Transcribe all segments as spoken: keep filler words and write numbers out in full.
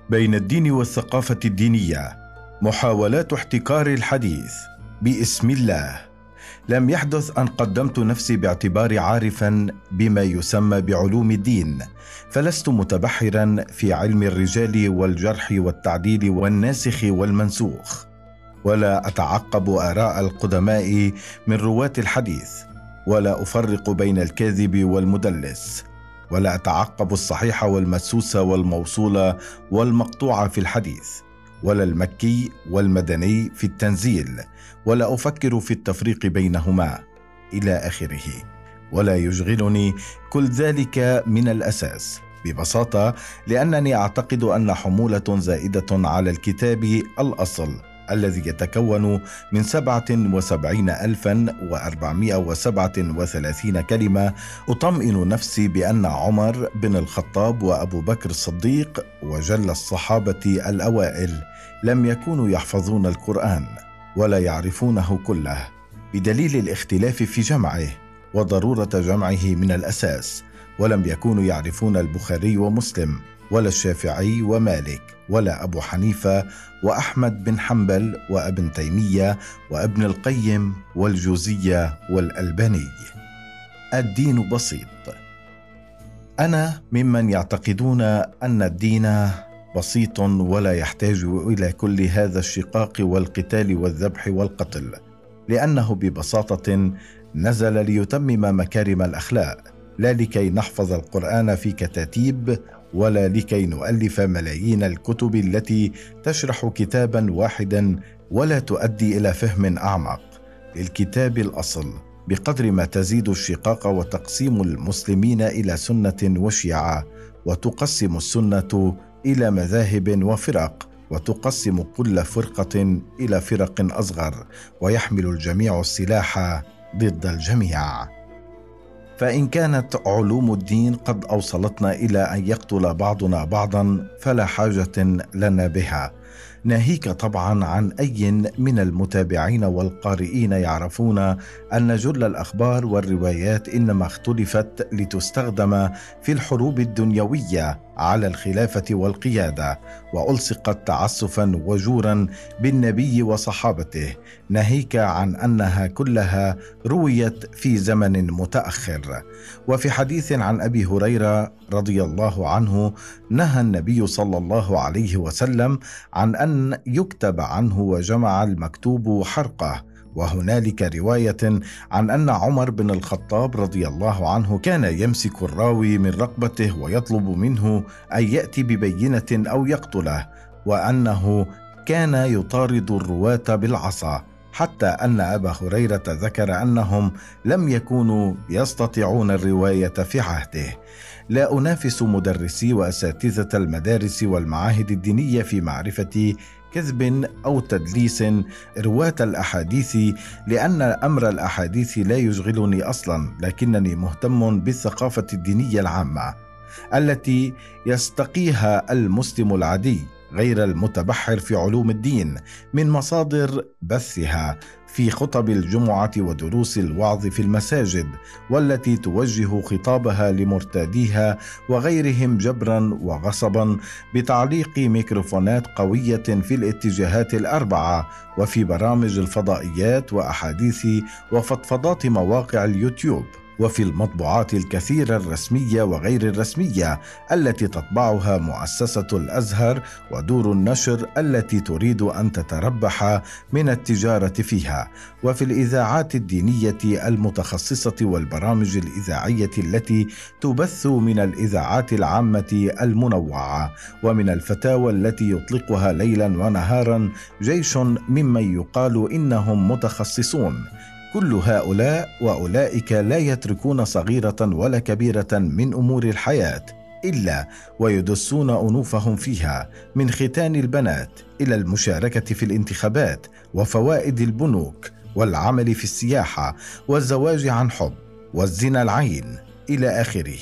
بين الدين والثقافة الدينية محاولات احتكار الحديث. باسم الله. لم يحدث أن قدمت نفسي باعتباري عارفا بما يسمى بعلوم الدين، فلست متبحرا في علم الرجال والجرح والتعديل والناسخ والمنسوخ، ولا أتعقب آراء القدماء من رواة الحديث، ولا أفرق بين الكاذب والمدلس، ولا أتعقب الصحيح والمدسوس والموصول والمقطوع في الحديث، ولا المكي والمدني في التنزيل، ولا أفكر في التفريق بينهما إلى آخره. ولا يشغلني كل ذلك من الأساس، ببساطة لأنني أعتقد أن حمولة زائدة على الكتاب الأصل الذي يتكون من سبعة وسبعين ألفا وأربعمائة وسبعة وثلاثين كلمة أطمئن نفسي بأن عمر بن الخطاب وأبو بكر الصديق وجل الصحابة الأوائل لم يكونوا يحفظون القرآن ولا يعرفونه كله، بدليل الاختلاف في جمعه وضرورة جمعه من الأساس، ولم يكونوا يعرفون البخاري ومسلم ولا الشافعي ومالك ولا أبو حنيفة وأحمد بن حنبل وابن تيمية وابن القيم والجوزية والألباني. الدين بسيط. أنا ممن يعتقدون أن الدين بسيط ولا يحتاج إلى كل هذا الشقاق والقتال والذبح والقتل، لأنه ببساطة نزل ليتمم مكارم الأخلاق، لا لكي نحفظ القرآن في كتاتيب، ولا لكي نؤلف ملايين الكتب التي تشرح كتابا واحدا ولا تؤدي إلى فهم أعمق للكتاب الأصل، بقدر ما تزيد الشقاق وتقسيم المسلمين إلى سنة وشيعة، وتقسم السنة إلى مذاهب وفرق، وتقسم كل فرقة إلى فرق أصغر، ويحمل الجميع السلاح ضد الجميع. فإن كانت علوم الدين قد أوصلتنا إلى أن يقتل بعضنا بعضا فلا حاجة لنا بها، ناهيك طبعا عن أي من المتابعين والقارئين يعرفون أن جل الأخبار والروايات إنما اختلفت لتستخدم في الحروب الدنيوية على الخلافة والقيادة، وألصقت تعسفا وجورا بالنبي وصحابته، ناهيك عن أنها كلها رويت في زمن متأخر. وفي حديث عن أبي هريرة رضي الله عنه نهى النبي صلى الله عليه وسلم عن أن يكتب عنه وجمع المكتوب حرقه. وهنالك رواية عن أن عمر بن الخطاب رضي الله عنه كان يمسك الراوي من رقبته ويطلب منه أن يأتي ببينة أو يقتله، وأنه كان يطارد الرواة بالعصا، حتى أن أبا هريرة ذكر أنهم لم يكونوا يستطيعون الرواية في عهده. لا أنافس مدرسي وأساتذة المدارس والمعاهد الدينية في معرفة كذب أو تدليس رواة الأحاديث، لأن أمر الأحاديث لا يشغلني أصلا، لكنني مهتم بالثقافة الدينية العامة التي يستقيها المسلم العادي غير المتبحر في علوم الدين من مصادر بثها في خطب الجمعة ودروس الوعظ في المساجد، والتي توجه خطابها لمرتاديها وغيرهم جبرا وغصبا بتعليق ميكروفونات قوية في الاتجاهات الأربعة، وفي برامج الفضائيات وأحاديث وفضفضات مواقع اليوتيوب، وفي المطبوعات الكثيرة الرسمية وغير الرسمية التي تطبعها مؤسسة الأزهر ودور النشر التي تريد أن تتربح من التجارة فيها، وفي الإذاعات الدينية المتخصصة والبرامج الإذاعية التي تبث من الإذاعات العامة المنوعة، ومن الفتاوى التي يطلقها ليلا ونهارا جيش ممن يقال إنهم متخصصون. كل هؤلاء وأولئك لا يتركون صغيرة ولا كبيرة من أمور الحياة إلا ويدسون أنوفهم فيها، من ختان البنات إلى المشاركة في الانتخابات وفوائد البنوك والعمل في السياحة والزواج عن حب والزنا العين إلى آخره.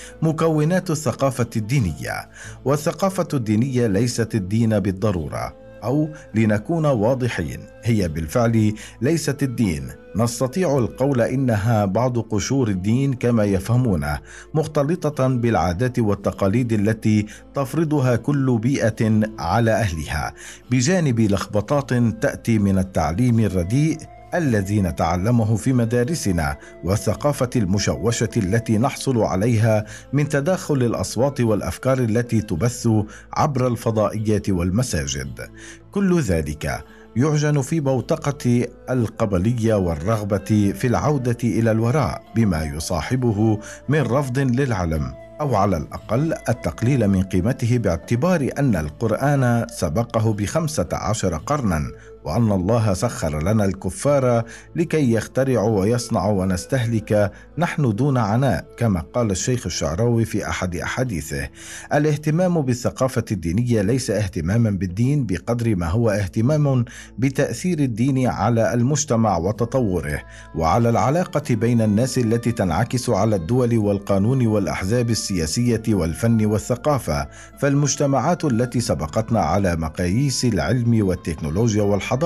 مكونات الثقافة الدينية. والثقافة الدينية ليست الدين بالضرورة، أو لنكون واضحين، هي بالفعل ليست الدين. نستطيع القول إنها بعض قشور الدين كما يفهمونه، مختلطة بالعادات والتقاليد التي تفرضها كل بيئة على أهلها، بجانب لخبطات تأتي من التعليم الرديء الذي نتعلمه في مدارسنا، والثقافة المشوشة التي نحصل عليها من تداخل الأصوات والأفكار التي تبث عبر الفضائيات والمساجد. كل ذلك يعجن في بوتقة القبلية والرغبة في العودة إلى الوراء بما يصاحبه من رفض للعلم، أو على الأقل التقليل من قيمته، باعتبار أن القرآن سبقه بخمسة عشر قرنا، وأن الله سخر لنا الكفار لكي يخترعوا ويصنعوا ونستهلك نحن دون عناء، كما قال الشيخ الشعراوي في أحد أحاديثه. الاهتمام بالثقافة الدينية ليس اهتماما بالدين بقدر ما هو اهتمام بتأثير الدين على المجتمع وتطوره، وعلى العلاقة بين الناس التي تنعكس على الدول والقانون والأحزاب السياسية والفن والثقافة. فالمجتمعات التي سبقتنا على مقاييس العلم والتكنولوجيا والحضارة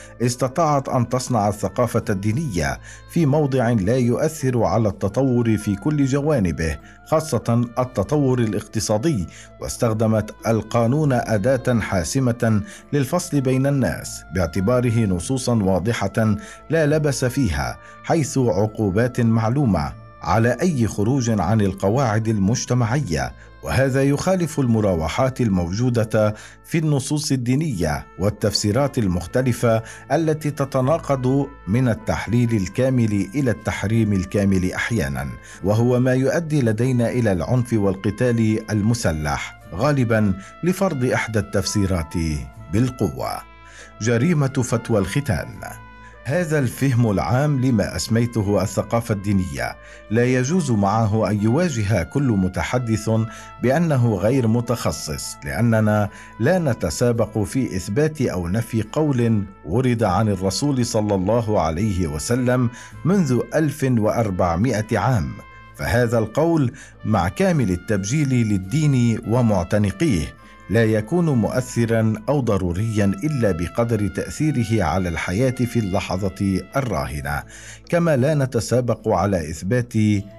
استطاعت أن تصنع الثقافة الدينية في موضع لا يؤثر على التطور في كل جوانبه، خاصة التطور الاقتصادي، واستخدمت القانون أداة حاسمة للفصل بين الناس باعتباره نصوصا واضحة لا لبس فيها، حيث عقوبات معلومة على أي خروج عن القواعد المجتمعية. وهذا يخالف المراوحات الموجودة في النصوص الدينية والتفسيرات المختلفة التي تتناقض من التحليل الكامل إلى التحريم الكامل أحيانا، وهو ما يؤدي لدينا إلى العنف والقتال المسلح، غالبا لفرض إحدى التفسيرات بالقوة. جريمة فتوى الختان. هذا الفهم العام لما أسميته الثقافة الدينية لا يجوز معه أن يواجه كل متحدث بأنه غير متخصص، لأننا لا نتسابق في إثبات أو نفي قول ورد عن الرسول صلى الله عليه وسلم منذ ألف وأربعمائة عام، فهذا القول مع كامل التبجيل للدين ومعتنقيه لا يكون مؤثرا أو ضروريا إلا بقدر تأثيره على الحياة في اللحظة الراهنة، كما لا نتسابق على إثبات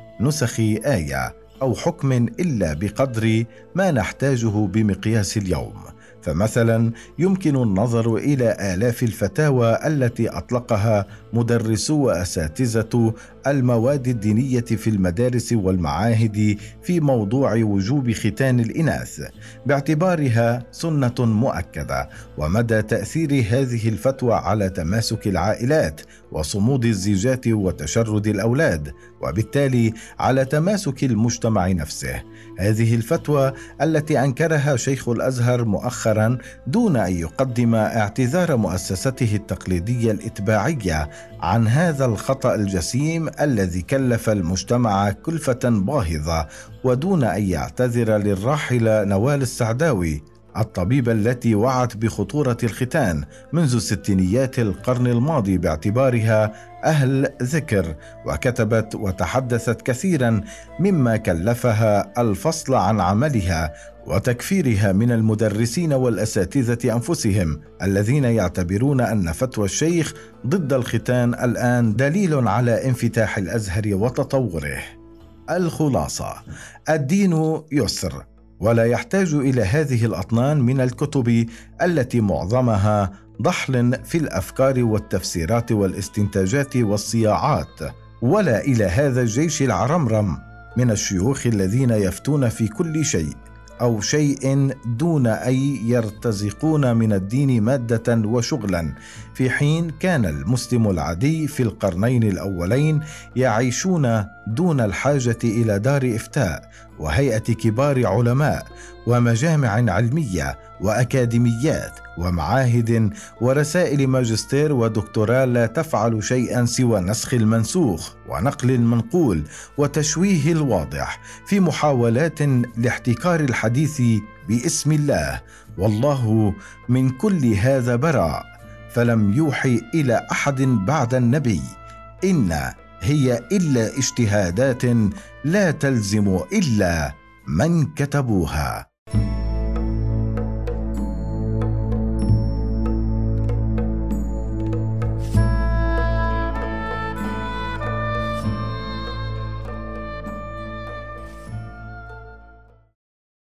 نسخ آية أو حكم إلا بقدر ما نحتاجه بمقياس اليوم. فمثلا يمكن النظر إلى آلاف الفتاوى التي أطلقها مدرسو وأساتذة المواد الدينية في المدارس والمعاهد في موضوع وجوب ختان الإناث باعتبارها سنة مؤكدة، ومدى تأثير هذه الفتوى على تماسك العائلات وصمود الزيجات وتشرد الأولاد، وبالتالي على تماسك المجتمع نفسه. هذه الفتوى التي أنكرها شيخ الأزهر مؤخرا دون أن يقدم اعتذار مؤسسته التقليدية الإتباعية عن هذا الخطأ الجسيم الذي كلف المجتمع كلفة باهظة، ودون أن يعتذر للراحلة نوال السعداوي الطبيبة التي وعت بخطورة الختان منذ ستينيات القرن الماضي باعتبارها أهل ذكر، وكتبت وتحدثت كثيرا مما كلفها الفصل عن عملها وتكفيرها من المدرسين والأساتذة أنفسهم الذين يعتبرون أن فتوى الشيخ ضد الختان الآن دليل على انفتاح الأزهر وتطوره. الخلاصة: الدين يسر، ولا يحتاج إلى هذه الأطنان من الكتب التي معظمها ضحل في الأفكار والتفسيرات والاستنتاجات والصياعات، ولا إلى هذا الجيش العرمرم من الشيوخ الذين يفتون في كل شيء أو شيء دون أن يرتزقون من الدين مادة وشغلا، في حين كان المسلم العادي في القرنين الأولين يعيشون دون الحاجة إلى دار إفتاء وهيئة كبار علماء ومجامع علمية وأكاديميات ومعاهد ورسائل ماجستير ودكتوراه لا تفعل شيئا سوى نسخ المنسوخ ونقل المنقول وتشويه الواضح في محاولات لاحتكار الحديث باسم الله، والله من كل هذا براء، فلم يوحي إلى أحد بعد النبي، إن هي إلا اجتهادات لا تلزم إلا من كتبوها.